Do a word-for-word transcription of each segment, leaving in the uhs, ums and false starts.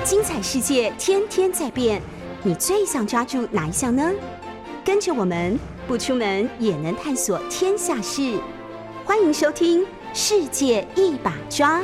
精彩世界天天在变，你最想抓住哪一项呢？跟着我们不出门也能探索天下事，欢迎收听《世界一把抓》。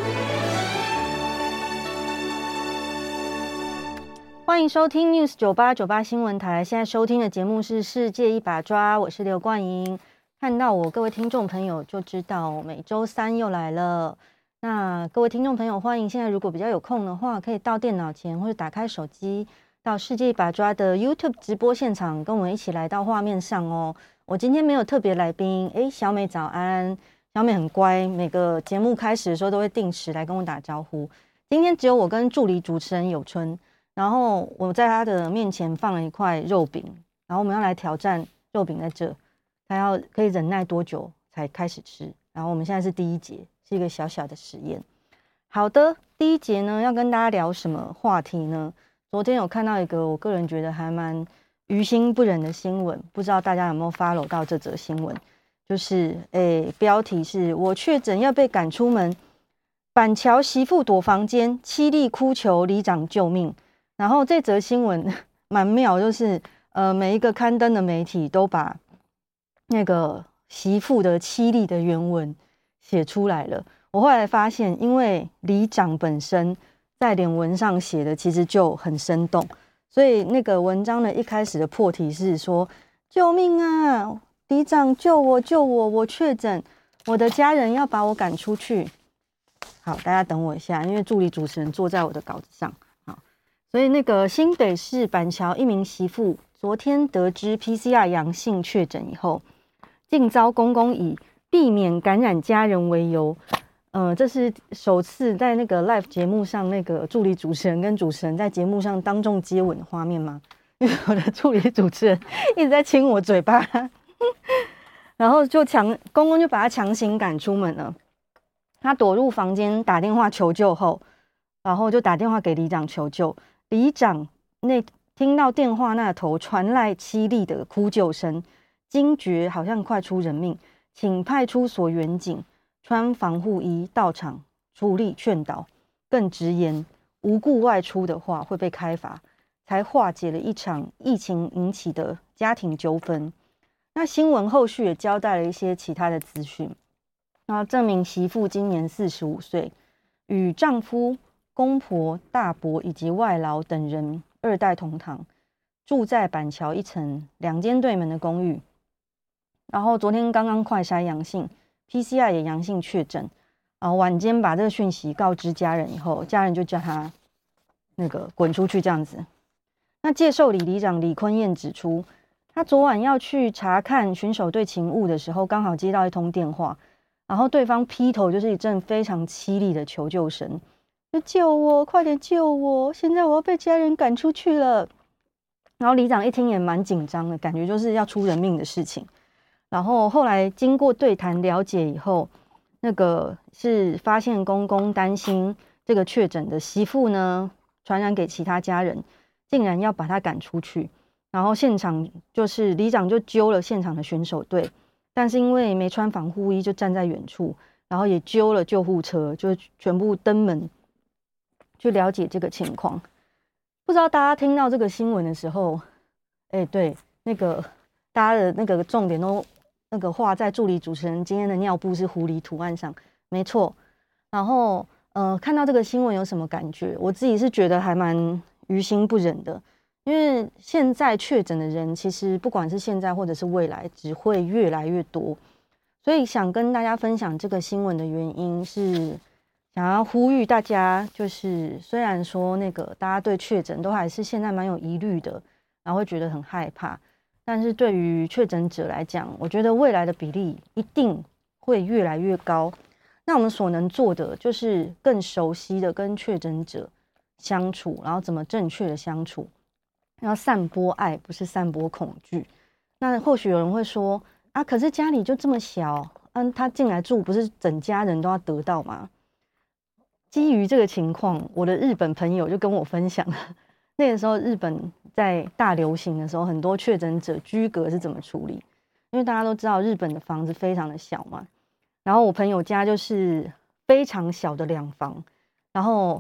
欢迎收听 News 九八九八新闻台，现在收听的节目是《世界一把抓》，我是刘冠莹。看到我各位听众朋友就知道每周三又来了。那各位听众朋友，欢迎现在如果比较有空的话，可以到电脑前或者打开手机，到世界一把抓的 YouTube 直播现场，跟我们一起来到画面上哦。我今天没有特别来宾，诶，小美早安，小美很乖，每个节目开始的时候都会定时来跟我打招呼。今天只有我跟助理主持人有春，然后我在他的面前放了一块肉饼，然后我们要来挑战肉饼在这，他要可以忍耐多久才开始吃。然后我们现在是第一节，是一个小小的实验。好的，第一节呢要跟大家聊什么话题呢？昨天有看到一个我个人觉得还蛮于心不忍的新闻，不知道大家有没有 follow 到这则新闻？就是诶，标题是我确诊要被赶出门，板桥媳妇躲房间，凄厉哭求里长救命。然后这则新闻蛮妙，就是呃每一个刊登的媒体都把那个媳妇的凄厉的原文写出来了。我后来发现，因为里长本身在脸文上写的其实就很生动，所以那个文章的一开始的破题是说：“救命啊！里长救我救我！我确诊，我的家人要把我赶出去。”好，大家等我一下，因为助理主持人坐在我的稿子上。好，所以那个新北市板桥一名媳妇昨天得知 P C R 阳性确诊以后，竟遭公公以避免感染家人为由，呃，这是首次在那个 live 节目上，那个助理主持人跟主持人在节目上当众接吻的画面吗？因为我的助理主持人一直在亲我嘴巴，然后就强公公就把他强行赶出门了。他躲入房间打电话求救后，然后就打电话给里长求救。里长那听到电话那头传来凄厉的哭救声，惊觉好像快出人命，请派出所员警穿防护衣到场处理劝导，更直言无故外出的话会被开罚，才化解了一场疫情引起的家庭纠纷。那新闻后续也交代了一些其他的资讯。然后这名媳妇今年四十五岁，与丈夫、公婆、大伯以及外劳等人二代同堂，住在板桥一层两间对门的公寓。然后昨天刚刚快筛阳性 ，P C R 也阳性确诊。然后晚间把这个讯息告知家人以后，家人就叫他那个滚出去这样子。那介寿里里长李坤彦指出，他昨晚要去查看巡守队勤务的时候，刚好接到一通电话。然后对方劈头就是一阵非常凄厉的求救声，就救我，快点救我！现在我要被家人赶出去了。然后里长一听也蛮紧张的，感觉就是要出人命的事情。然后后来经过对谈了解以后，那个是发现公公担心这个确诊的媳妇呢传染给其他家人，竟然要把他赶出去。然后现场就是里长就揪了现场的巡守队。但是因为没穿防护衣，就站在远处，然后也揪了救护车，就全部登门去了解这个情况。不知道大家听到这个新闻的时候，哎，对，那个大家的那个重点都那个画在助理主持人今天的尿布是狐狸图案上，没错。然后，呃，看到这个新闻有什么感觉？我自己是觉得还蛮于心不忍的。因为现在确诊的人，其实不管是现在或者是未来，只会越来越多，所以想跟大家分享这个新闻的原因是，想要呼吁大家，就是虽然说那个大家对确诊都还是现在蛮有疑虑的，然后会觉得很害怕，但是对于确诊者来讲，我觉得未来的比例一定会越来越高。那我们所能做的，就是更熟悉的跟确诊者相处，然后怎么正确的相处。要散播爱，不是散播恐惧。那或许有人会说啊，可是家里就这么小，嗯，他进来住，不是整家人都要得到吗？基于这个情况，我的日本朋友就跟我分享，那个时候日本在大流行的时候，很多确诊者居隔是怎么处理？因为大家都知道日本的房子非常的小嘛，然后我朋友家就是非常小的两房，然后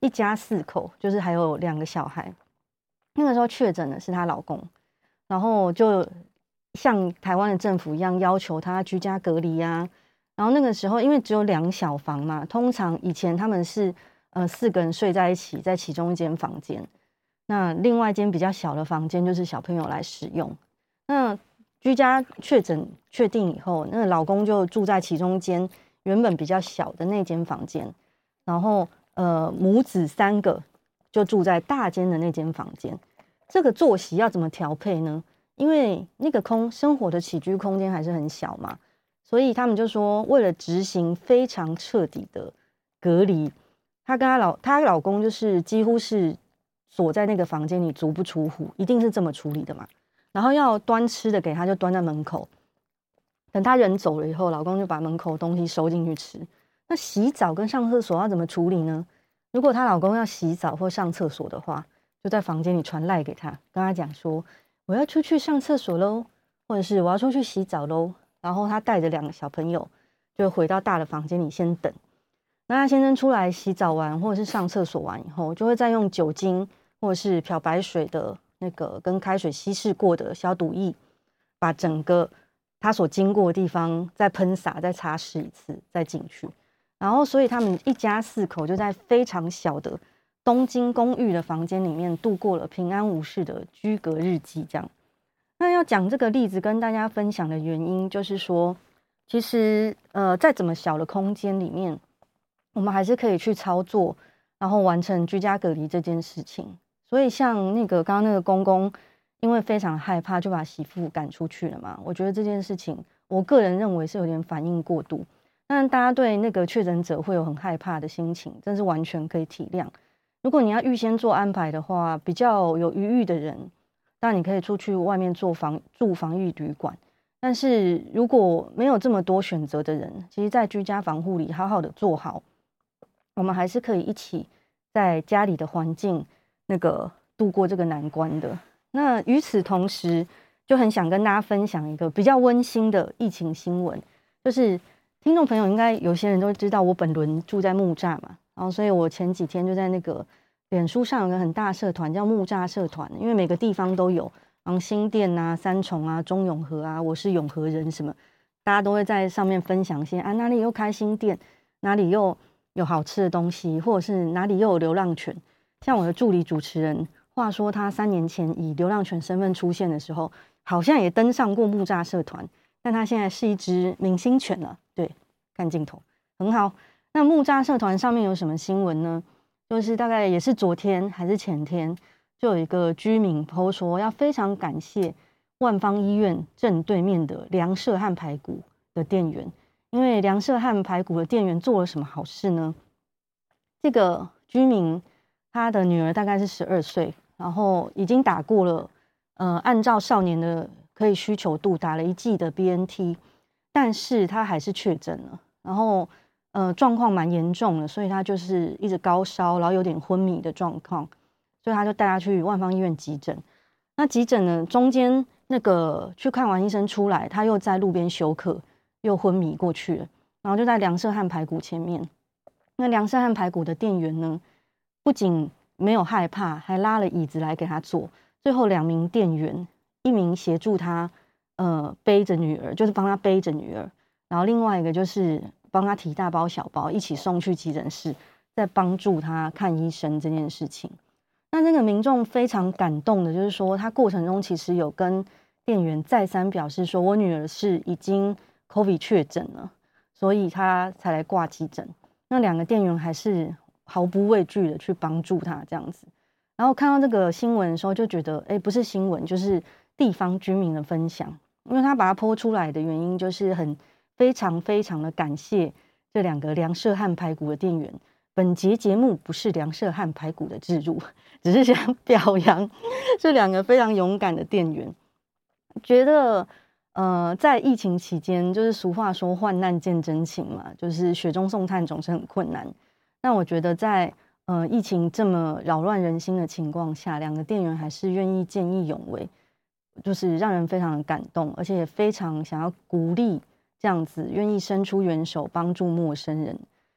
一家四口，就是还有两个小孩。那个时候确诊的是她老公，然后就像台湾的政府一样要求她居家隔离啊。然后那个时候因为只有两小房嘛，通常以前他们是呃四个人睡在一起，在其中一间房间，那另外一间比较小的房间就是小朋友来使用。那居家确诊确定以后，那个老公就住在其中间原本比较小的那间房间，然后呃母子三个就住在大间的那间房间。这个作息要怎么调配呢？因为那个空生活的起居空间还是很小嘛，所以他们就说为了执行非常彻底的隔离，她跟她老她老公就是几乎是锁在那个房间里足不出户，一定是这么处理的嘛。然后要端吃的给他，就端在门口。等他人走了以后，老公就把门口的东西收进去吃。那洗澡跟上厕所要怎么处理呢？如果她老公要洗澡或上厕所的话，就在房间里传赖给他，跟他讲说我要出去上厕所咯，或者是我要出去洗澡咯。然后他带着两个小朋友就回到大的房间里先等。那他先生出来洗澡完或者是上厕所完以后，就会再用酒精或者是漂白水的那个跟开水稀释过的消毒液，把整个他所经过的地方再喷洒再擦拭一次再进去。然后所以他们一家四口就在非常小的东京公寓的房间里面度过了平安无事的居隔日记。这样，那要讲这个例子跟大家分享的原因就是说，其实呃在怎么小的空间里面，我们还是可以去操作然后完成居家隔离这件事情。所以像那个刚刚那个公公因为非常害怕就把媳妇赶出去了嘛，我觉得这件事情我个人认为是有点反应过度。当然大家对那个确诊者会有很害怕的心情，这是完全可以体谅。如果你要预先做安排的话，比较有余裕的人当然你可以出去外面做防住防疫旅馆，但是如果没有这么多选择的人，其实在居家防护里好好的做好，我们还是可以一起在家里的环境那个度过这个难关的。那与此同时就很想跟大家分享一个比较温馨的疫情新闻，就是听众朋友应该有些人都知道我本轮住在木栅嘛，然后所以我前几天就在那个脸书上有个很大社团叫木栅社团，因为每个地方都有，然后新店啊、三重啊、中永和啊、我是永和人什么，大家都会在上面分享一些啊哪里又开新店，哪里又有好吃的东西，或者是哪里又有流浪犬。像我的助理主持人，话说他三年前以流浪犬身份出现的时候，好像也登上过木栅社团，但他现在是一只明星犬了。对，看镜头很好。那木栅社团上面有什么新闻呢？就是大概也是昨天还是前天，就有一个居民 po 说要非常感谢万芳医院正对面的梁舍汉排骨的店员，因为梁舍汉排骨的店员做了什么好事呢？这个居民他的女儿大概是十二岁，然后已经打过了呃，按照少年的可以需求度打了一剂的 B N T， 但是他还是确诊了，然后呃状况蛮严重的，所以他就是一直高烧，然后有点昏迷的状况，所以他就带他去万芳医院急诊。那急诊呢，中间那个去看完医生出来，他又在路边休克，又昏迷过去了，然后就在梁舍汉排骨前面。那梁舍汉排骨的店员呢，不仅没有害怕，还拉了椅子来给他坐。最后两名店员，一名协助他呃背着女儿，就是帮他背着女儿，然后另外一个就是帮他提大包小包，一起送去急诊室，再帮助他看医生这件事情。那那个民众非常感动的，就是说他过程中其实有跟店员再三表示说，我女儿是已经 COVID 确诊了，所以他才来挂急诊。那两个店员还是毫不畏惧的去帮助他这样子。然后看到这个新闻的时候，就觉得哎，不是新闻，就是地方居民的分享。因为他把它po出来的原因，就是很非常非常的感谢这两个梁舍汉排骨的店员。本节节目不是梁舍汉排骨的置入，只是想表扬这两个非常勇敢的店员。觉得呃，在疫情期间，就是俗话说患难见真情嘛，就是雪中送炭总是很困难。那我觉得在呃疫情这么扰乱人心的情况下，两个店员还是愿意见义勇为，就是让人非常的感动，而且也非常想要鼓励这样子愿意伸出援手帮助陌生人。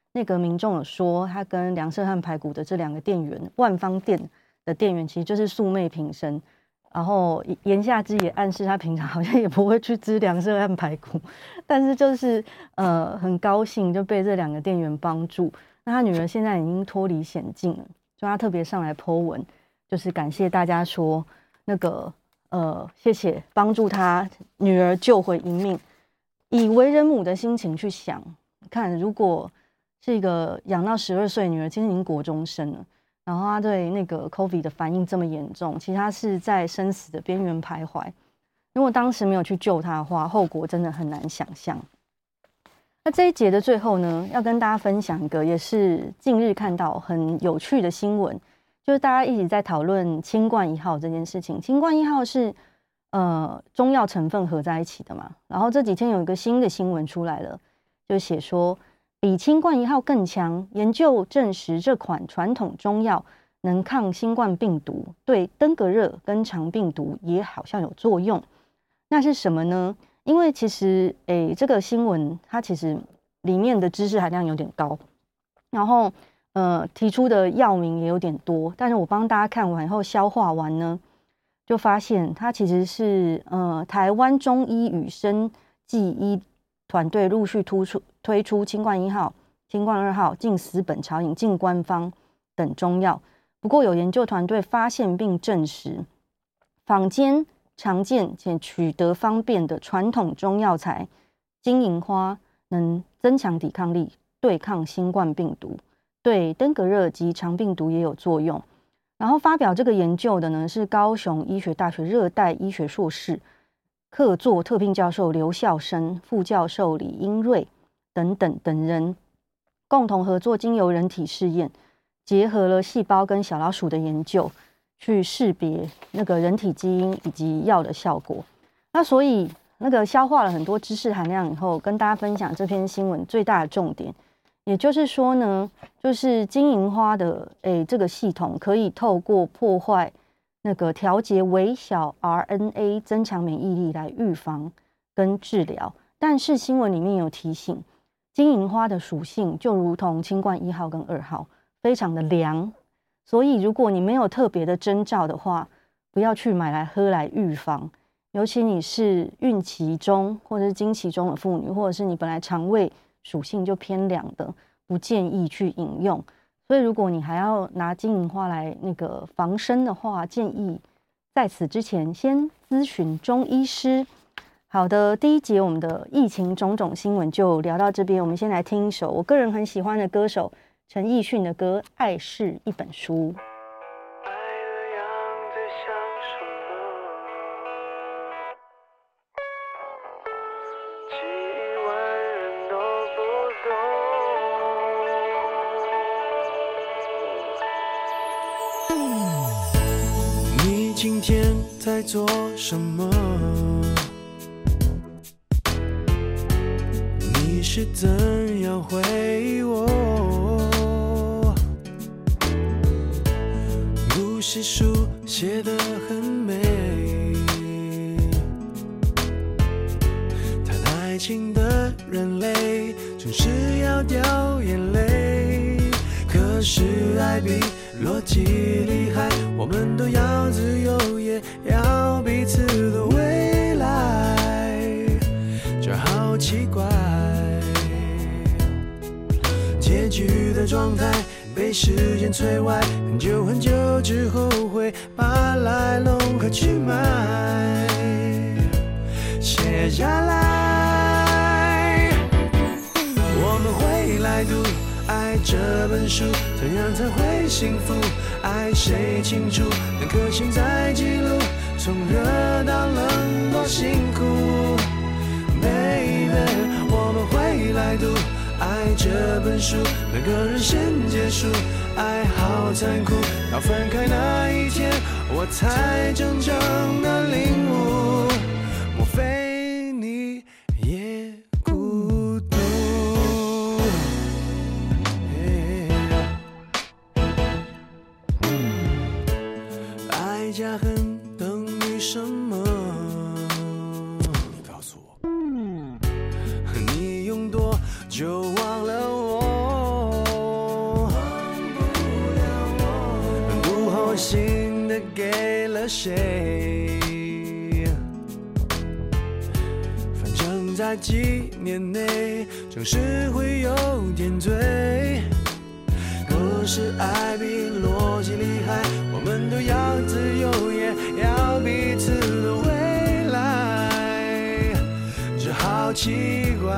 那个民众有说，他跟梁社汉排骨的这两个店员，万方店的店员其实就是素昧平生，然后言下之也暗示他平常好像也不会去吃梁社汉排骨，但是就是呃很高兴就被这两个店员帮助。那他女儿现在已经脱离险境了，所以他特别上来 po 文，就是感谢大家说那个呃谢谢帮助他女儿救回一命，以为人母的心情去想，看如果是一个养到十二岁女儿，其实已经国中生了，然后她对那个 COVID 的反应这么严重，其实她是在生死的边缘徘徊。如果当时没有去救她的话，后果真的很难想象。那这一节的最后呢，要跟大家分享一个也是近日看到很有趣的新闻，就是大家一直在讨论清冠一号这件事情。清冠一号是呃中药成分合在一起的嘛，然后这几天有一个新的新闻出来了，就写说比清冠一号更强，研究证实这款传统中药能抗新冠病毒，对登革热跟肠病毒也好像有作用。那是什么呢？因为其实诶，这个新闻它其实里面的知识含量有点高，然后呃提出的药名也有点多，但是我帮大家看完以后消化完呢，就发现它其实是呃台湾中医与生技医团队陆续突出推出清冠一号、清冠二号、净死本草饮、净官方等中药。不过有研究团队发现并证实，坊间常见且取得方便的传统中药材金银花能增强抵抗力，对抗新冠病毒，对登革热及肠病毒也有作用。然后发表这个研究的呢是高雄医学大学热带医学硕士客座特聘教授刘孝生、副教授李英瑞等等等人共同合作，经由人体试验，结合了细胞跟小老鼠的研究，去识别那个人体基因以及药的效果。那所以那个消化了很多知识含量以后，跟大家分享这篇新闻最大的重点，也就是说呢，就是金银花的诶这个系统可以透过破坏那个调节微小 R N A 增强免疫力来预防跟治疗。但是新闻里面有提醒，金银花的属性就如同清冠一号跟二号，非常的凉，所以如果你没有特别的征兆的话，不要去买来喝来预防。尤其你是孕期中或者是经期中的妇女，或者是你本来肠胃属性就偏凉的，不建议去饮用。所以如果你还要拿金银花来那个防身的话，建议在此之前先咨询中医师。好的，第一节我们的疫情种种新闻就聊到这边，我们先来听一首我个人很喜欢的歌手陈奕迅的歌《爱是一本书》。 你今天在做什么？你是怎样回我？故事书写得很美，谈爱情的人类总是要掉眼泪，可是爱比逻辑厉害，我们都要自由，也要彼此的未来，这好奇怪。结局的状态被时间摧毁，很久很久之后会把来龙和去脉写下来。我们会来读爱这本书，怎样才会幸福？爱谁清楚？那颗心在记录，从热到冷多辛苦。Baby， 我们会来读爱这本书，每个人先结束。爱好残酷，到分开那一天，我才真正的领悟。莫非你也孤独？爱加恨等于什么？你告诉我。你用多久忘了我？ 心的给了谁？反正在几年内总是会有点醉，可是爱比逻辑厉害，我们都要自由，也要彼此的未来，这好奇怪，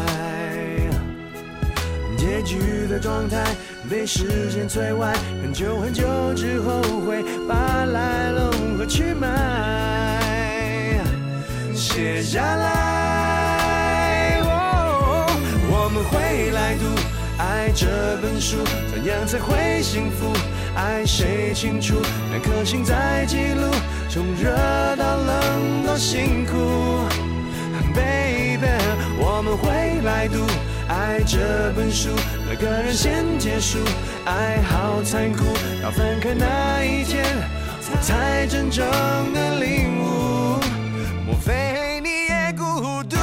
结局的状态被时间摧毁，很久很久之后会把来龙和去脉写下来。哦，我们会来读爱这本书，怎样才会幸福？爱谁清楚？两颗心在记录，从热到冷到辛苦。Baby， 我们会来读爱这本书，哪个人先结束？爱好残酷，到分开那一天，我才真正的领悟。莫非你也孤独？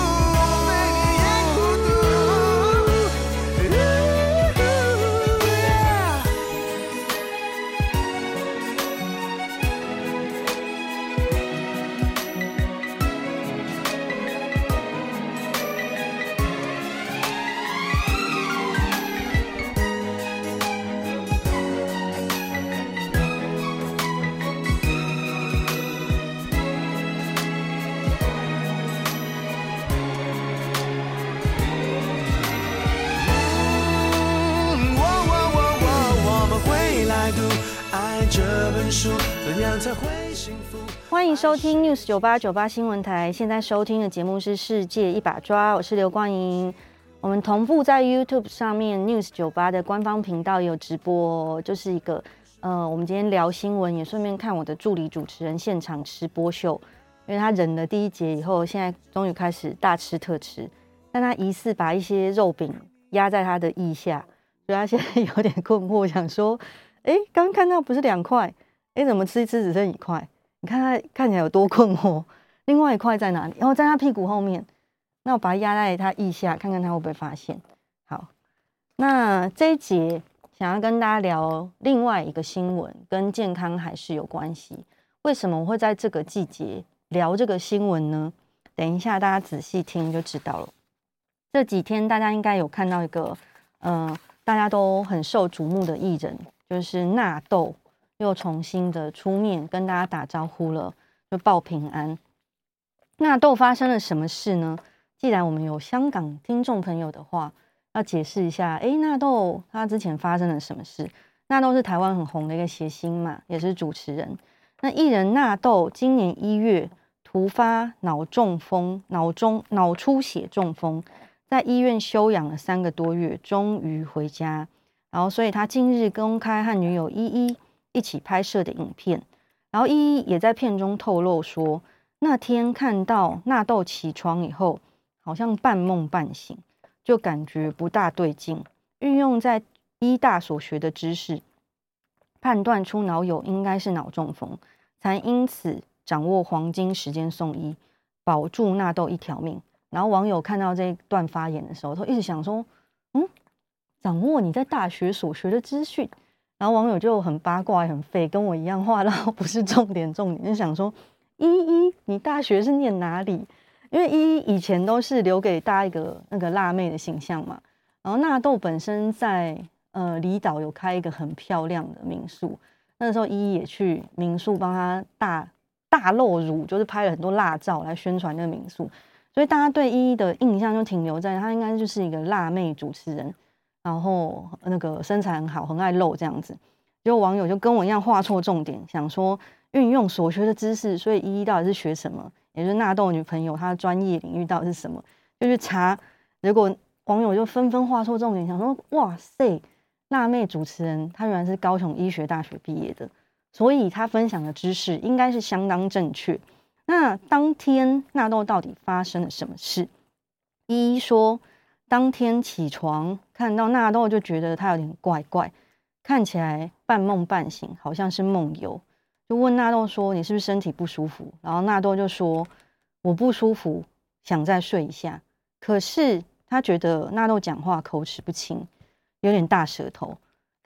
欢迎收听 News 九八九八新闻台，现在收听的节目是《世界一把抓》，我是刘冠莹。我们同步在 YouTube 上面 News 九八的官方频道也有直播，就是一个呃，我们今天聊新闻，也顺便看我的助理主持人现场吃播秀，因为他忍了第一节以后，现在终于开始大吃特吃，但他疑似把一些肉饼压在他的腋下，所以他现在有点困惑，想说，哎，刚刚看到不是两块，哎，怎么吃一吃只剩一块？你看他看起来有多困惑，另外一块在哪里？然后在他屁股后面，那我把它压在他腋下，看看他会不会发现。好，那这一节想要跟大家聊另外一个新闻，跟健康还是有关系。为什么我会在这个季节聊这个新闻呢？等一下大家仔细听就知道了。这几天大家应该有看到一个，嗯、呃，大家都很受瞩目的艺人，就是纳豆。又重新的出面跟大家打招呼了，就报平安。纳豆发生了什么事呢？既然我们有香港听众朋友的话，要解释一下，诶，纳豆他之前发生了什么事？纳豆是台湾很红的一个谐星嘛，也是主持人。那艺人纳豆今年一月突发脑中风、脑中脑出血中风，在医院休养了三个多月，终于回家。然后，所以他近日公开和女友依依一起拍摄的影片，然后依依也在片中透露说，那天看到纳豆起床以后，好像半梦半醒，就感觉不大对劲，运用在医大所学的知识，判断出脑友应该是脑中风，才因此掌握黄金时间送医，保住纳豆一条命。然后网友看到这一段发言的时候，都一直想说，嗯，掌握你在大学所学的资讯。然后网友就很八卦，很废，跟我一样话唠不是重点，重点就想说，依依，你大学是念哪里？因为依依以前都是留给大家一个那个辣妹的形象嘛。然后纳豆本身在呃离岛有开一个很漂亮的民宿，那时候依依也去民宿帮他大大露乳，就是拍了很多辣照来宣传那个民宿，所以大家对依依的印象就停留在她应该就是一个辣妹主持人。然后那个身材很好，很爱露这样子，结果网友就跟我一样画错重点，想说运用所学的知识，所以依依到底是学什么？也就是纳豆女朋友她的专业领域到底是什么？就去查，结果网友就纷纷画错重点，想说哇塞，辣妹主持人她原来是高雄医学大学毕业的，所以她分享的知识应该是相当正确。那当天纳豆到底发生了什么事？依依说，当天起床看到纳豆就觉得他有点怪怪，看起来半梦半醒，好像是梦游。就问纳豆说：“你是不是身体不舒服？”然后纳豆就说：“我不舒服，想再睡一下。”可是他觉得纳豆讲话口齿不清，有点大舌头，可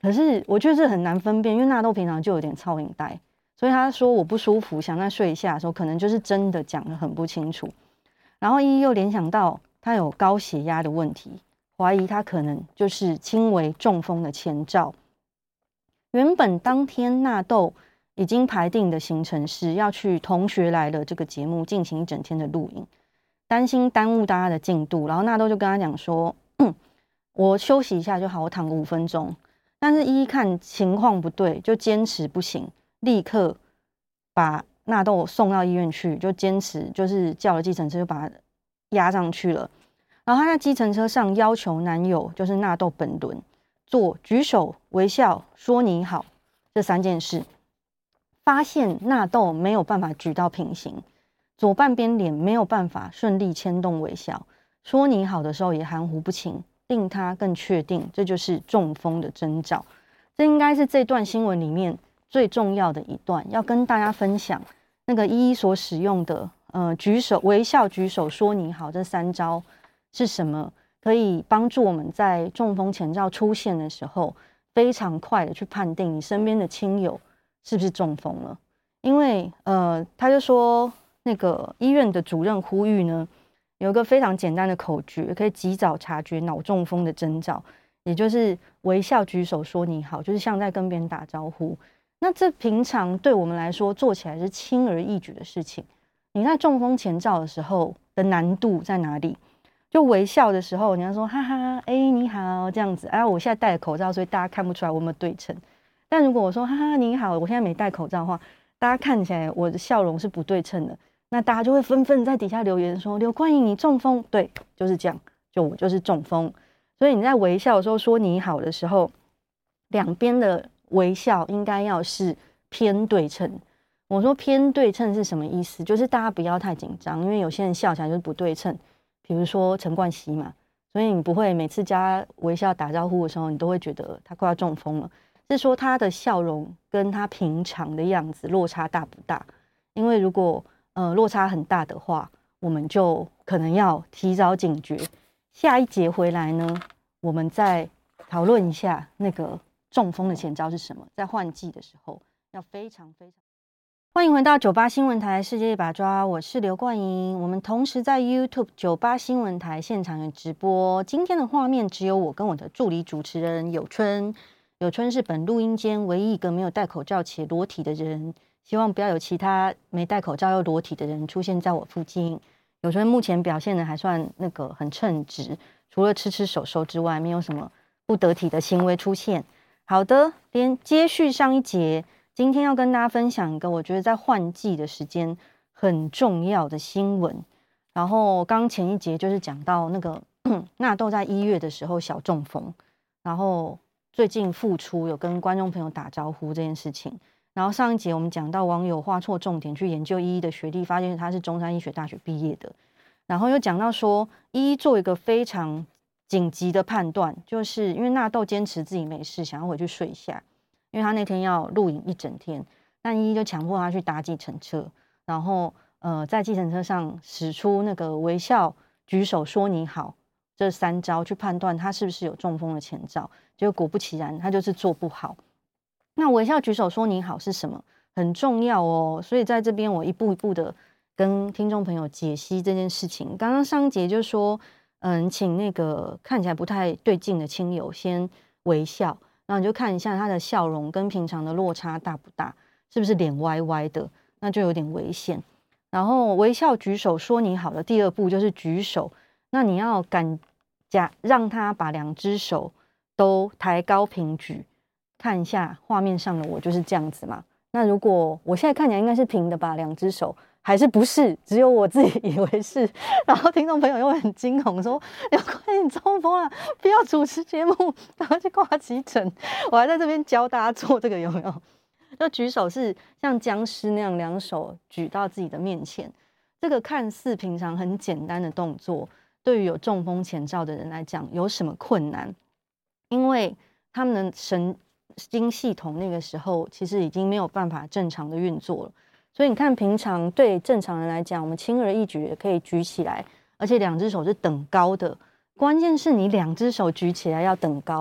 可是我觉得这很难分辨，因为纳豆平常就有点超音带，所以他说我不舒服，想再睡一下的时候，可能就是真的讲得很不清楚。然后依依又联想到他有高血压的问题，怀疑他可能就是轻微中风的前兆。原本当天纳豆已经排定的行程是要去同学来了这个节目进行一整天的录影，担心耽误大家的进度，然后纳豆就跟他讲说我休息一下就好，我躺个五分钟。但是依依看情况不对，就坚持不行，立刻把纳豆送到医院去，就坚持就是叫了计程车就把他押上去了。然后他在计程车上要求男友就是纳豆本轮做举手微笑说你好这三件事，发现纳豆没有办法举到平行，左半边脸没有办法顺利牵动微笑，说你好的时候也含糊不清，令他更确定这就是中风的征兆。这应该是这段新闻里面最重要的一段，要跟大家分享那个依依所使用的呃举手微笑举手说你好这三招是什么，可以帮助我们在中风前兆出现的时候非常快的去判定你身边的亲友是不是中风了。因为呃他就说那个医院的主任呼吁呢，有一个非常简单的口诀，可以及早察觉脑中风的征兆，也就是微笑举手说你好，就是像在跟别人打招呼。那这平常对我们来说做起来是轻而易举的事情，你在中风前兆的时候的难度在哪里？就微笑的时候，你要说哈哈，哎、欸、你好这样子，哎、啊，我现在戴着口罩，所以大家看不出来我们对称。但如果我说哈哈你好，我现在没戴口罩的话，大家看起来我的笑容是不对称的，那大家就会纷纷在底下留言说刘冠莹你中风，对，就是这样，就我就是中风。所以你在微笑的时候说你好的时候，两边的微笑应该要是偏对称。我说偏对称是什么意思？就是大家不要太紧张，因为有些人笑起来就是不对称。比如说陈冠希嘛，所以你不会每次加微笑打招呼的时候，你都会觉得他快要中风了。是说他的笑容跟他平常的样子落差大不大？因为如果呃落差很大的话，我们就可能要提早警觉。下一节回来呢，我们再讨论一下那个中风的前兆是什么，在换季的时候要非常非常。欢迎回到九八新闻台世界一把抓，我是刘冠莹。我们同时在 YouTube 九八新闻台现场有直播，今天的画面只有我跟我的助理主持人有春。有春是本录音间唯一一个没有戴口罩且裸体的人，希望不要有其他没戴口罩又裸体的人出现在我附近。有春目前表现的还算那个很称职，除了吃吃手手之外，没有什么不得体的行为出现。好的，连接续上一节。今天要跟大家分享一个我觉得在换季的时间很重要的新闻。然后刚前一节就是讲到那个纳豆在一月的时候小中风，然后最近复出有跟观众朋友打招呼这件事情。然后上一节我们讲到网友画错重点去研究依依的学历，发现他是中山医学大学毕业的。然后又讲到说依依做一个非常紧急的判断，就是因为纳豆坚持自己没事，想要回去睡一下。因为他那天要录影一整天，但依依就强迫他去搭计程车，然后呃在计程车上使出那个微笑举手说你好这三招去判断他是不是有中风的前兆，结果果不其然他就是做不好。那微笑举手说你好是什么？很重要哦，所以在这边我一步一步的跟听众朋友解析这件事情。刚刚上一节就说嗯，请那个看起来不太对劲的亲友先微笑，然后你就看一下他的笑容跟平常的落差大不大，是不是脸歪歪的，那就有点危险。然后微笑举手说你好的第二步就是举手，那你要敢假让他把两只手都抬高平举，看一下画面上的我就是这样子嘛。那如果我现在看起来应该是平的吧，两只手还是不是？只有我自己以为是，然后听众朋友又会很惊恐说：“刘冠莹中风了，不要主持节目，赶快去挂急诊。”我还在这边教大家做这个，有没有？就举手是像僵尸那样，两手举到自己的面前。这个看似平常很简单的动作，对于有中风前兆的人来讲，有什么困难？因为他们的神经系统那个时候其实已经没有办法正常的运作了。所以你看，平常对正常人来讲，我们轻而易举也可以举起来，而且两只手是等高的。关键是你两只手举起来要等高，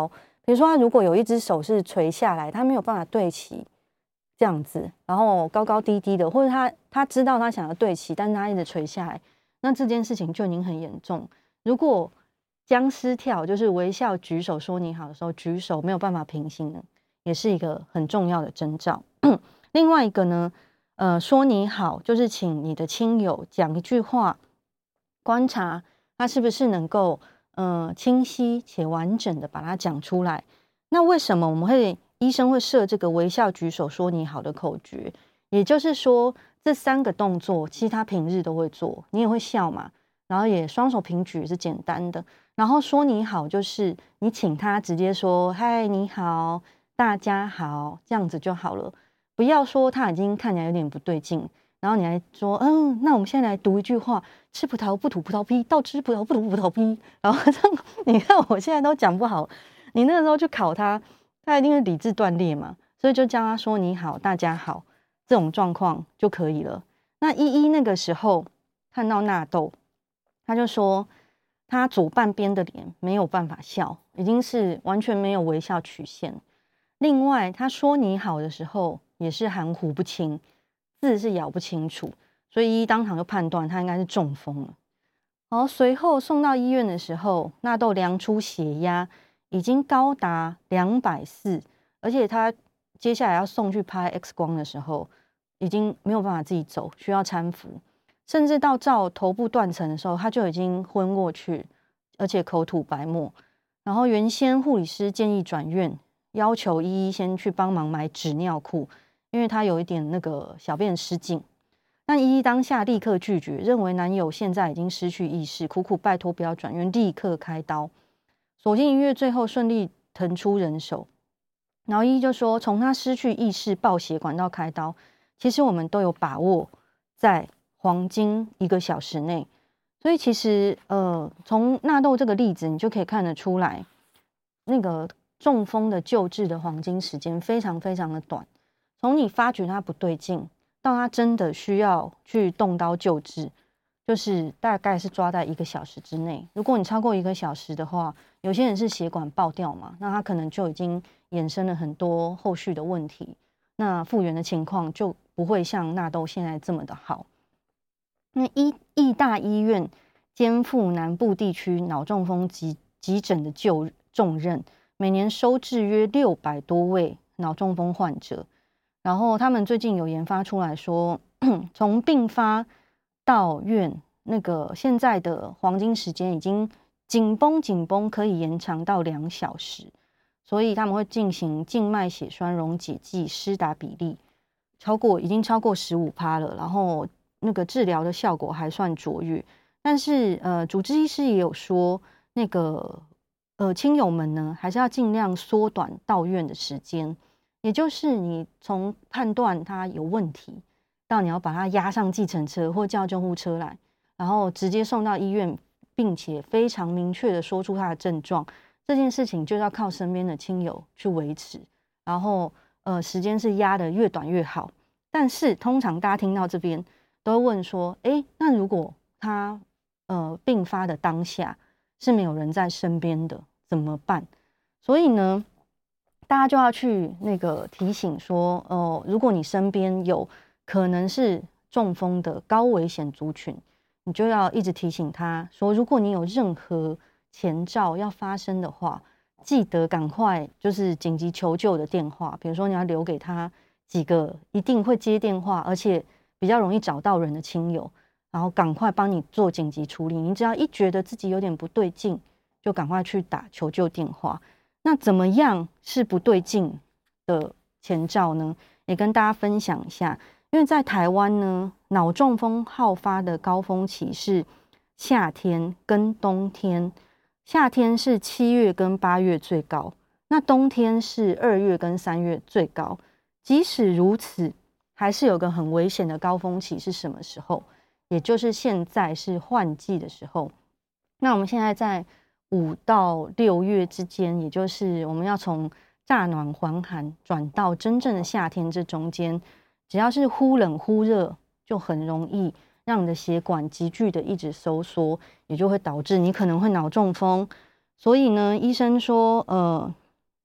比如说他如果有一只手是垂下来，他没有办法对齐这样子，然后高高低低的，或者他他知道他想要对齐，但是他一直垂下来，那这件事情就已经很严重。如果僵尸跳就是微笑举手说你好的时候，举手没有办法平行的，也是一个很重要的征兆。另外一个呢，呃，说你好就是请你的亲友讲一句话，观察他是不是能够呃清晰且完整的把它讲出来。那为什么我们会医生会设这个微笑举手说你好的口诀？也就是说，这三个动作其实他平日都会做，你也会笑嘛，然后也双手平举是简单的。然后说你好就是你请他直接说嗨你好大家好，这样子就好了，不要说他已经看起来有点不对劲，然后你还说嗯，那我们现在来读一句话，吃葡萄不吐葡萄皮，倒吃葡萄不吐葡萄皮，然后这样你看我现在都讲不好，你那个时候去考他，他一定是理智断裂嘛，所以就叫他说你好大家好，这种状况就可以了。那依依那个时候看到纳豆，他就说他左半边的脸没有办法笑，已经是完全没有微笑曲线。另外他说你好的时候也是含糊不清，字是咬不清楚，所以依依当场就判断他应该是中风了。好，随后送到医院的时候，纳豆量出血压已经高达两百四十，而且他接下来要送去拍 X 光的时候已经没有办法自己走，需要搀扶，甚至到照头部断层的时候他就已经昏过去，而且口吐白沫。然后原先护理师建议转院，要求依依先去帮忙买纸尿裤，因为他有一点那个小便失禁。但依依当下立刻拒绝，认为男友现在已经失去意识，苦苦拜托不要转院，立刻开刀。所幸医院最后顺利腾出人手。然后依依就说，从他失去意识爆血管到开刀，其实我们都有把握在黄金一个小时内。所以其实呃，从纳豆这个例子你就可以看得出来，那个中风的救治的黄金时间非常非常的短，从你发觉他不对劲到他真的需要去动刀救治，就是大概是抓在一个小时之内。如果你超过一个小时的话，有些人是血管爆掉嘛，那他可能就已经衍生了很多后续的问题，那复原的情况就不会像纳豆现在这么的好。那医义大医院肩负南部地区脑中风急急诊的救重任，每年收治约六百多位脑中风患者。然后他们最近有研发出来说，从病发到院那个现在的黄金时间已经紧绷紧绷，可以延长到两小时。所以他们会进行静脉血栓溶解剂施打比例超过已经超过 百分之十五 了，然后那个治疗的效果还算卓越。但是呃，主治医师也有说，那个呃亲友们呢，还是要尽量缩短到院的时间，也就是你从判断他有问题到你要把他押上计程车或叫救护车来，然后直接送到医院，并且非常明确的说出他的症状，这件事情就要靠身边的亲友去维持，然后呃时间是压得越短越好。但是通常大家听到这边都会问说，诶，那如果他呃病发的当下是没有人在身边的怎么办？所以呢，大家就要去那个提醒说，哦、呃，如果你身边有可能是中风的高危险族群，你就要一直提醒他说，如果你有任何前兆要发生的话，记得赶快就是紧急求救的电话，比如说你要留给他几个一定会接电话，而且比较容易找到人的亲友，然后赶快帮你做紧急处理。你只要一觉得自己有点不对劲，就赶快去打求救电话。那怎么样是不对劲的前兆呢？也跟大家分享一下。因为在台湾呢，脑中风好发的高峰期是夏天跟冬天，夏天是七月跟八月最高，那冬天是二月跟三月最高。即使如此，还是有个很危险的高峰期是什么时候？也就是现在是换季的时候。那我们现在在五到六月之间，也就是我们要从乍暖还寒转到真正的夏天这中间，只要是忽冷忽热，就很容易让你的血管急剧的一直收缩，也就会导致你可能会脑中风。所以呢，医生说，呃，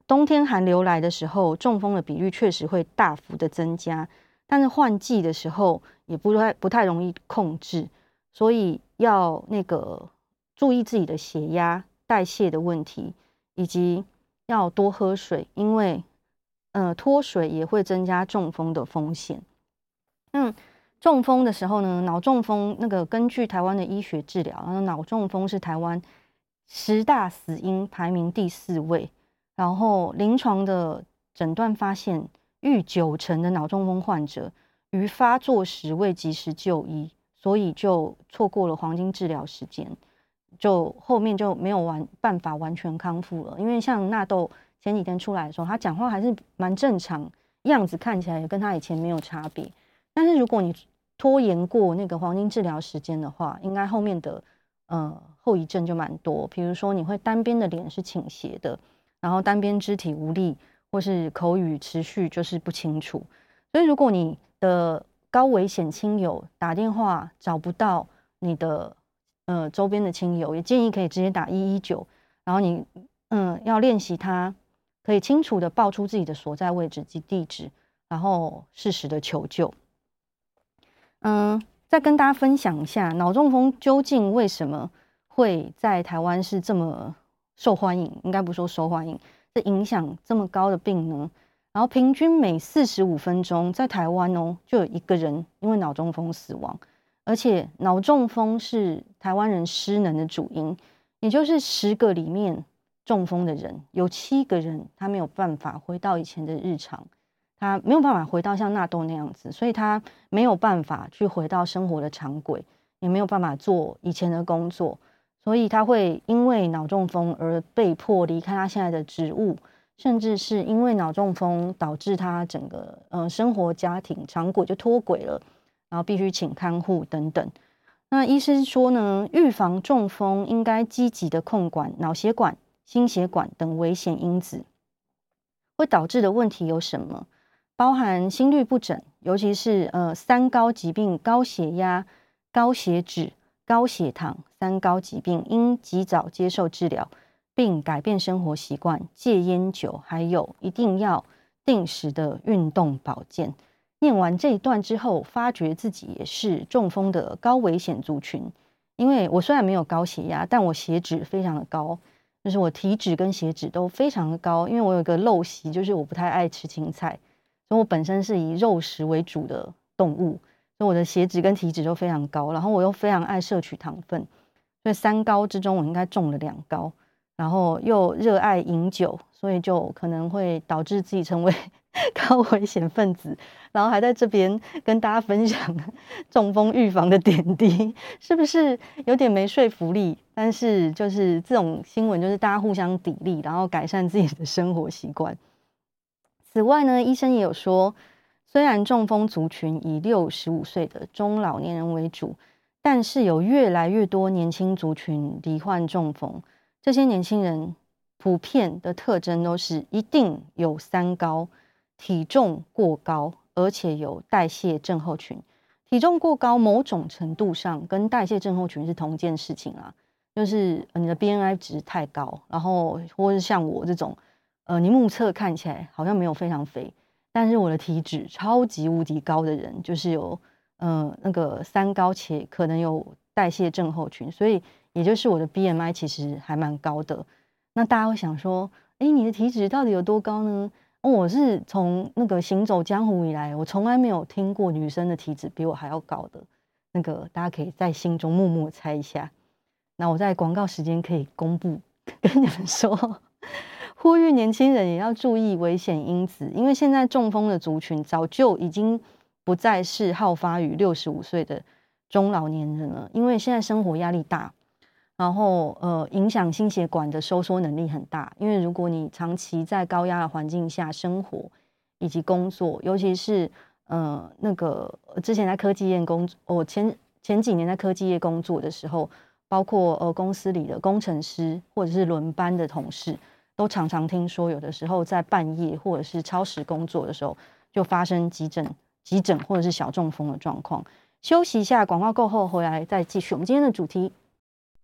冬天寒流来的时候，中风的比率确实会大幅的增加，但是换季的时候也不太不太容易控制，所以要那个注意自己的血压、代谢的问题，以及要多喝水，因为呃脱水也会增加中风的风险。嗯，中风的时候呢，脑中风那个根据台湾的医学治疗，然后脑中风是台湾十大死因排名第四位。然后临床的诊断发现，逾九成的脑中风患者于发作时未及时就医，所以就错过了黄金治疗时间，就后面就没有完办法完全康复了。因为像纳豆前几天出来的时候，他讲话还是蛮正常，样子看起来也跟他以前没有差别。但是如果你拖延过那个黄金治疗时间的话，应该后面的呃后遗症就蛮多，比如说你会单边的脸是倾斜的。然后单边肢体无力，或是口语持续就是不清楚。所以如果你的高危险亲友打电话找不到你的呃周边的亲友，也建议可以直接打一一九，然后你嗯要练习他可以清楚的报出自己的所在位置及地址，然后适时的求救。嗯，再跟大家分享一下脑中风究竟为什么会在台湾是这么受欢迎，应该不说受欢迎，这影响这么高的病呢？然后平均每四十五分钟，在台湾哦，就有一个人因为脑中风死亡，而且脑中风是台湾人失能的主因，也就是十个里面中风的人，有七个人他没有办法回到以前的日常，他没有办法回到像纳豆那样子，所以他没有办法去回到生活的常轨，也没有办法做以前的工作。所以他会因为脑中风而被迫离开他现在的职务，甚至是因为脑中风导致他整个呃生活家庭常轨就脱轨了，然后必须请看护等等。那医师说呢，预防中风应该积极的控管脑血管、心血管等危险因子。会导致的问题有什么？包含心律不整，尤其是呃三高疾病，高血压、高血脂、高血糖三高疾病应及早接受治疗，并改变生活习惯，戒烟酒，还有一定要定时的运动保健。念完这一段之后，发觉自己也是中风的高危险族群。因为我虽然没有高血压，但我血脂非常的高，就是我体脂跟血脂都非常的高。因为我有一个陋习，就是我不太爱吃青菜，所以我本身是以肉食为主的动物。所以我的血脂跟体脂都非常高，然后我又非常爱摄取糖分，所以三高之中我应该中了两高，然后又热爱饮酒，所以就可能会导致自己成为高危险分子，然后还在这边跟大家分享中风预防的点滴，是不是有点没说服力？但是就是这种新闻，就是大家互相砥砺，然后改善自己的生活习惯。此外呢，医生也有说，虽然中风族群以六十五岁的中老年人为主，但是有越来越多年轻族群罹患中风。这些年轻人普遍的特征都是一定有三高，体重过高，而且有代谢症候群。体重过高某种程度上跟代谢症候群是同一件事情啦，就是你的 B M I 值太高，然后或是像我这种呃，你目测看起来好像没有非常肥，但是我的体脂超级无敌高的人，就是有呃那个三高且可能有代谢症候群，所以也就是我的 B M I 其实还蛮高的。那大家会想说，哎，你的体脂到底有多高呢？哦，我是从那个行走江湖以来，我从来没有听过女生的体脂比我还要高的。那个大家可以在心中默默猜一下。那我在广告时间可以公布跟你们说，呼吁年轻人也要注意危险因子，因为现在中风的族群早就已经不再是好发于六十五岁的中老年人了，因为现在生活压力大，然后呃影响心血管的收缩能力很大。因为如果你长期在高压的环境下生活以及工作，尤其是呃那个之前在科技业工作，我前前几年在科技业工作的时候，包括呃公司里的工程师或者是轮班的同事，都常常听说有的时候在半夜或者是超时工作的时候，就发生急诊、急诊或者是小中风的状况。休息一下，广告过后回来再继续我们今天的主题。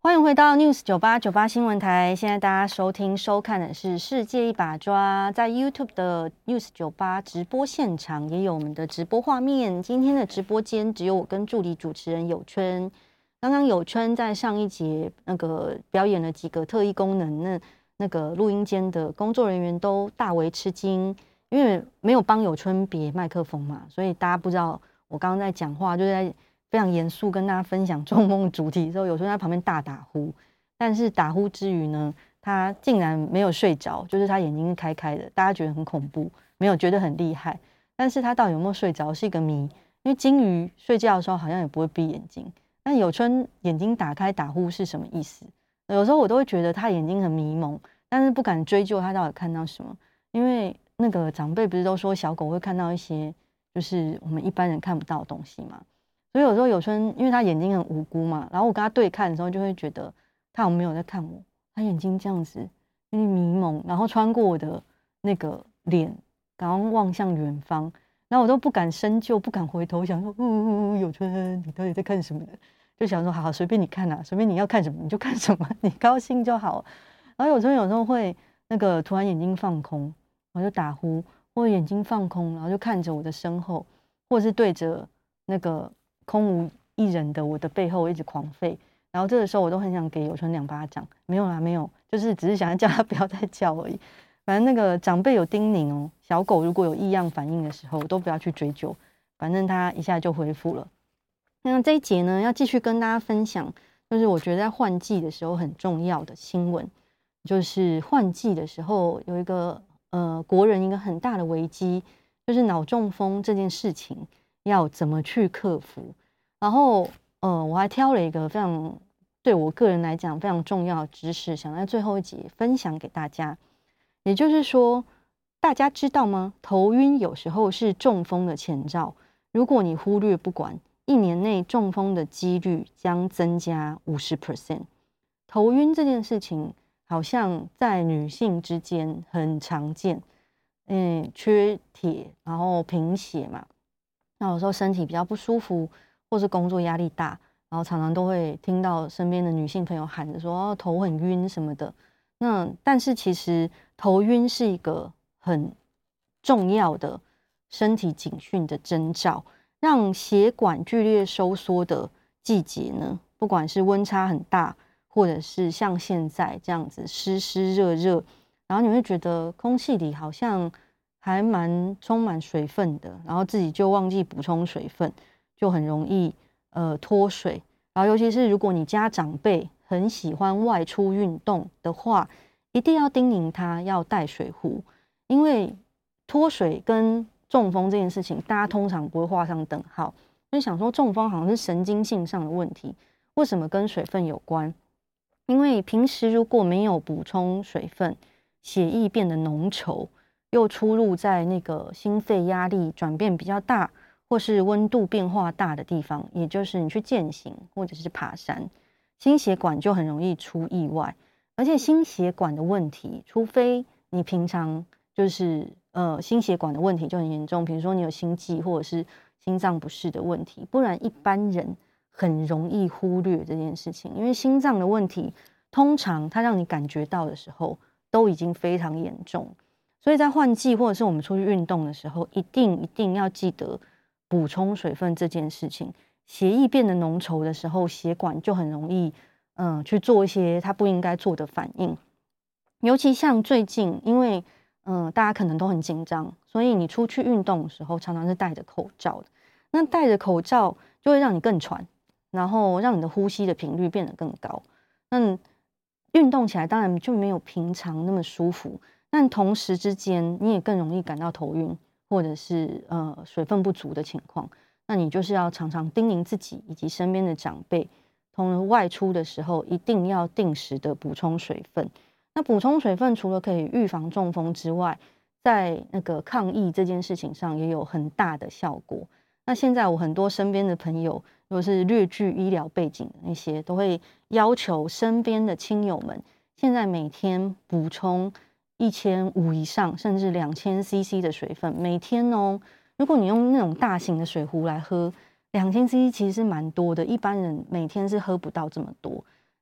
欢迎回到 News 九八九八新闻台，现在大家收听收看的是世界一把抓，在 YouTube 的 News 九八直播现场也有我们的直播画面。今天的直播间只有我跟助理主持人有春。刚刚有春在上一节那个表演了几个特异功能，那那个录音间的工作人员都大为吃惊，因为没有帮有春别麦克风嘛，所以大家不知道我刚刚在讲话，就是在非常严肃跟大家分享中梦主题的时候，有春在旁边大打呼，但是打呼之余呢，他竟然没有睡着，就是他眼睛是开开的，大家觉得很恐怖，没有觉得很厉害，但是他到底有没有睡着是一个谜，因为金鱼睡觉的时候好像也不会闭眼睛，但有春眼睛打开打呼是什么意思？有时候我都会觉得他眼睛很迷蒙，但是不敢追究他到底看到什么，因为那个长辈不是都说小狗会看到一些就是我们一般人看不到的东西嘛，所以有时候有春因为他眼睛很无辜嘛，然后我跟他对看的时候就会觉得他有没有在看我，他眼睛这样子有点迷蒙，然后穿过我的那个脸，然后望向远方，然后我都不敢深究，不敢回头，想说呜有春你到底在看什么的，就想说好随便你看啊，随便你要看什么你就看什么，你高兴就好。然后有春有时候会那个突然眼睛放空，我就打呼，或者眼睛放空，然后就看着我的身后，或者是对着那个空无一人的我的背后一直狂吠，然后这个时候我都很想给有春两巴掌，没有啦没有，就是只是想要叫他不要再叫而已。反正那个长辈有叮咛哦，小狗如果有异样反应的时候都不要去追究，反正它一下就恢复了。那这一节呢要继续跟大家分享，就是我觉得在换季的时候很重要的新闻，就是换季的时候有一个呃国人一个很大的危机，就是脑中风这件事情要怎么去克服。然后呃我还挑了一个非常对我个人来讲非常重要的知识，想在最后一节分享给大家。也就是说，大家知道吗？头晕有时候是中风的前兆，如果你忽略不管，一年内中风的几率将增加 百分之五十。 头晕这件事情好像在女性之间很常见，嗯，缺铁然后贫血嘛，那有时候身体比较不舒服或是工作压力大，然后常常都会听到身边的女性朋友喊着说、哦、头很晕什么的。那但是其实头晕是一个很重要的身体警讯的征兆，让血管剧烈收缩的季节呢，不管是温差很大，或者是像现在这样子湿湿热热，然后你会觉得空气里好像还蛮充满水分的，然后自己就忘记补充水分，就很容易呃脱水。然后尤其是如果你家长辈很喜欢外出运动的话，一定要叮咛他要带水壶，因为脱水跟中风这件事情大家通常不会画上等号，就想说中风好像是神经性上的问题，为什么跟水分有关？因为平时如果没有补充水分，血液变得浓稠，又出入在那个心肺压力转变比较大或是温度变化大的地方，也就是你去健行或者是爬山，心血管就很容易出意外。而且心血管的问题，除非你平常就是呃心血管的问题就很严重，比如说你有心悸或者是心脏不适的问题，不然一般人很容易忽略这件事情。因为心脏的问题通常它让你感觉到的时候都已经非常严重，所以在换季或者是我们出去运动的时候，一定一定要记得补充水分这件事情。血液变得浓稠的时候，血管就很容易嗯，去做一些他不应该做的反应。尤其像最近因为嗯大家可能都很紧张，所以你出去运动的时候常常是戴着口罩的，那戴着口罩就会让你更喘，然后让你的呼吸的频率变得更高，那运动起来当然就没有平常那么舒服，但同时之间你也更容易感到头晕或者是呃水分不足的情况。那你就是要常常叮咛自己以及身边的长辈，从外出的时候一定要定时的补充水分。那补充水分除了可以预防中风之外，在那个抗疫这件事情上也有很大的效果。那现在我很多身边的朋友，如果是略具医疗背景的那些，都会要求身边的亲友们，现在每天补充一千五以上，甚至两千 C C 的水分，每天哦。如果你用那种大型的水壶来喝，两千 C C 其实是蛮多的，一般人每天是喝不到这么多。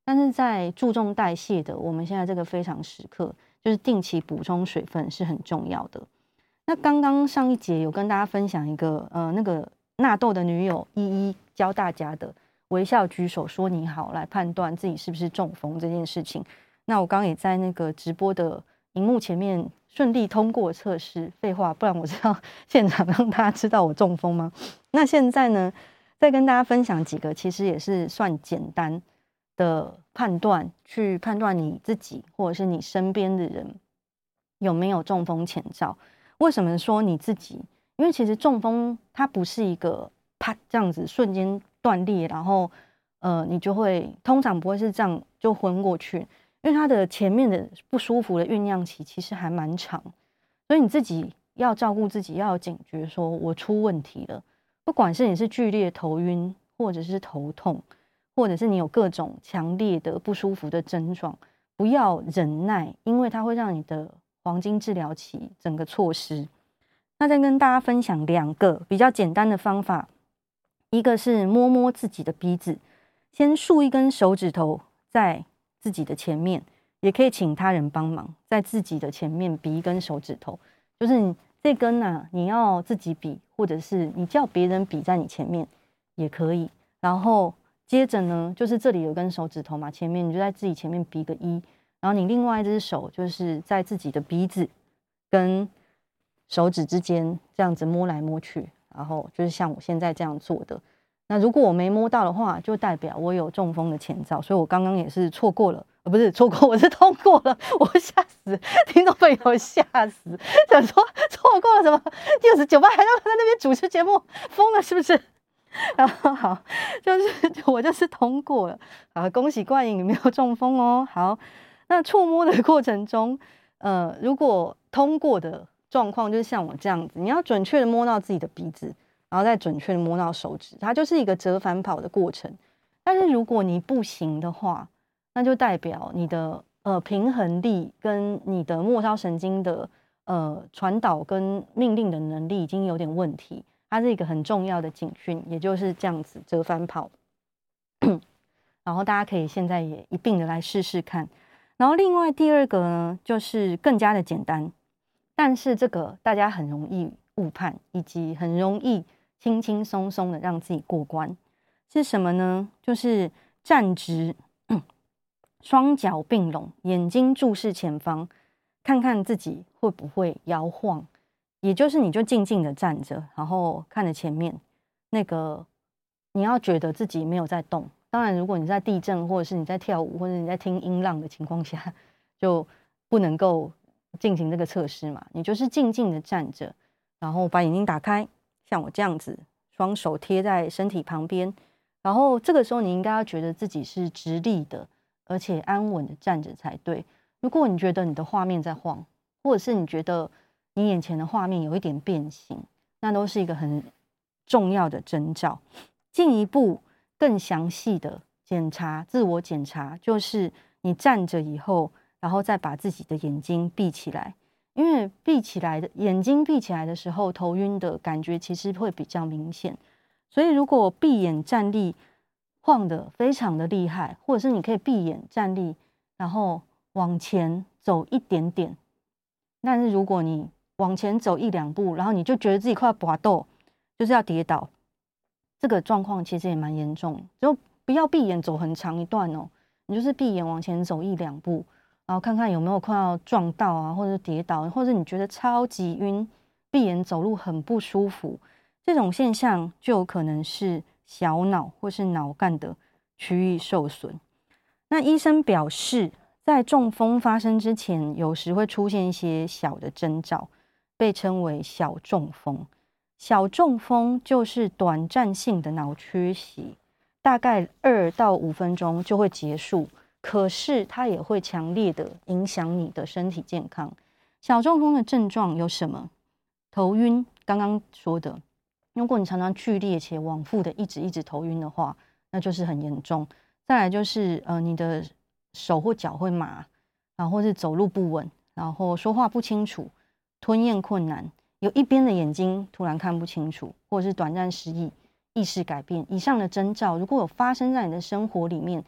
但是在注重代谢的，我们现在这个非常时刻，就是定期补充水分是很重要的。那刚刚上一节有跟大家分享一个呃那个纳豆的女友一一教大家的微笑举手说你好来判断自己是不是中风这件事情。那我刚刚也在那个直播的荧幕前面顺利通过测试。废话，不然我是要现场让大家知道我中风吗？那现在呢，再跟大家分享几个其实也是算简单的判断，去判断你自己或者是你身边的人有没有中风前兆。为什么说你自己？因为其实中风它不是一个啪这样子瞬间断裂，然后呃你就会通常不会是这样就昏过去，因为它的前面的不舒服的酝酿期其实还蛮长，所以你自己要照顾自己，要有警觉，说我出问题了。不管是你是剧烈头晕，或者是头痛，或者是你有各种强烈的不舒服的症状，不要忍耐，因为它会让你的黄金治疗期整个错失。那再跟大家分享两个比较简单的方法，一个是摸摸自己的鼻子，先竖一根手指头在自己的前面，也可以请他人帮忙，在自己的前面比一根手指头，就是你这根啊，你要自己比，或者是你叫别人比在你前面也可以。然后接着呢，就是这里有根手指头嘛，前面你就在自己前面比个一，然后你另外一只手就是在自己的鼻子跟手指之间这样子摸来摸去，然后就是像我现在这样做的。那如果我没摸到的话，就代表我有中风的前兆，所以我刚刚也是错过了，呃，不是错过，我是通过了，我吓死，听众朋友吓死，想说错过了什么？六十九八还要在那边主持节目，疯了是不是？然后好，就是我就是通过了，啊，恭喜冠莹你没有中风哦。好，那触摸的过程中，呃，如果通过的状况就是像我这样子，你要准确的摸到自己的鼻子，然后再准确的摸到手指，它就是一个折返跑的过程。但是如果你不行的话，那就代表你的呃平衡力跟你的末梢神经的呃传导跟命令的能力已经有点问题，它是一个很重要的警讯，也就是这样子折返跑。然后大家可以现在也一并的来试试看。然后另外第二个呢，就是更加的简单，但是这个大家很容易误判，以及很容易轻轻松松的让自己过关，是什么呢？就是站直，双脚并拢，眼睛注视前方，看看自己会不会摇晃。也就是你就静静的站着，然后看着前面，那个你要觉得自己没有在动。当然如果你在地震或者是你在跳舞或者你在听音浪的情况下，就不能够进行这个测试嘛。你就是静静的站着，然后把眼睛打开，像我这样子，双手贴在身体旁边，然后这个时候你应该要觉得自己是直立的，而且安稳的站着才对。如果你觉得你的画面在晃，或者是你觉得你眼前的画面有一点变形，那都是一个很重要的征兆。进一步更详细的检查，自我检查，就是你站着以后，然后再把自己的眼睛闭起来，因为闭起来的眼睛闭起来的时候，头晕的感觉其实会比较明显。所以如果闭眼站立晃得非常的厉害，或者是你可以闭眼站立，然后往前走一点点，但是如果你往前走一两步，然后你就觉得自己快要滑倒，就是要跌倒，这个状况其实也蛮严重，就不要闭眼走很长一段哦，你就是闭眼往前走一两步，然后看看有没有快要撞到啊，或者跌倒，或者你觉得超级晕，闭眼走路很不舒服，这种现象就有可能是小脑或是脑干的区域受损。那医生表示，在中风发生之前，有时会出现一些小的征兆，被称为小中风。小中风就是短暂性的脑缺席，大概二到五分钟就会结束，可是它也会强烈的影响你的身体健康。小中风的症状有什么？头晕，刚刚说的，如果你常常剧烈且往复的一直一直头晕的话，那就是很严重。再来就是呃，你的手或脚会麻，然后或是走路不稳，然后说话不清楚，吞咽困难，有一边的眼睛突然看不清楚，或者是短暂失忆、意识改变。以上的征兆如果有发生在你的生活里面，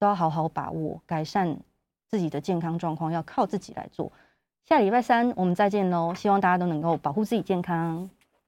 都要好好把握，改善自己的健康状况要靠自己来做。下礼拜三我们再见喽，希望大家都能够保护自己健康。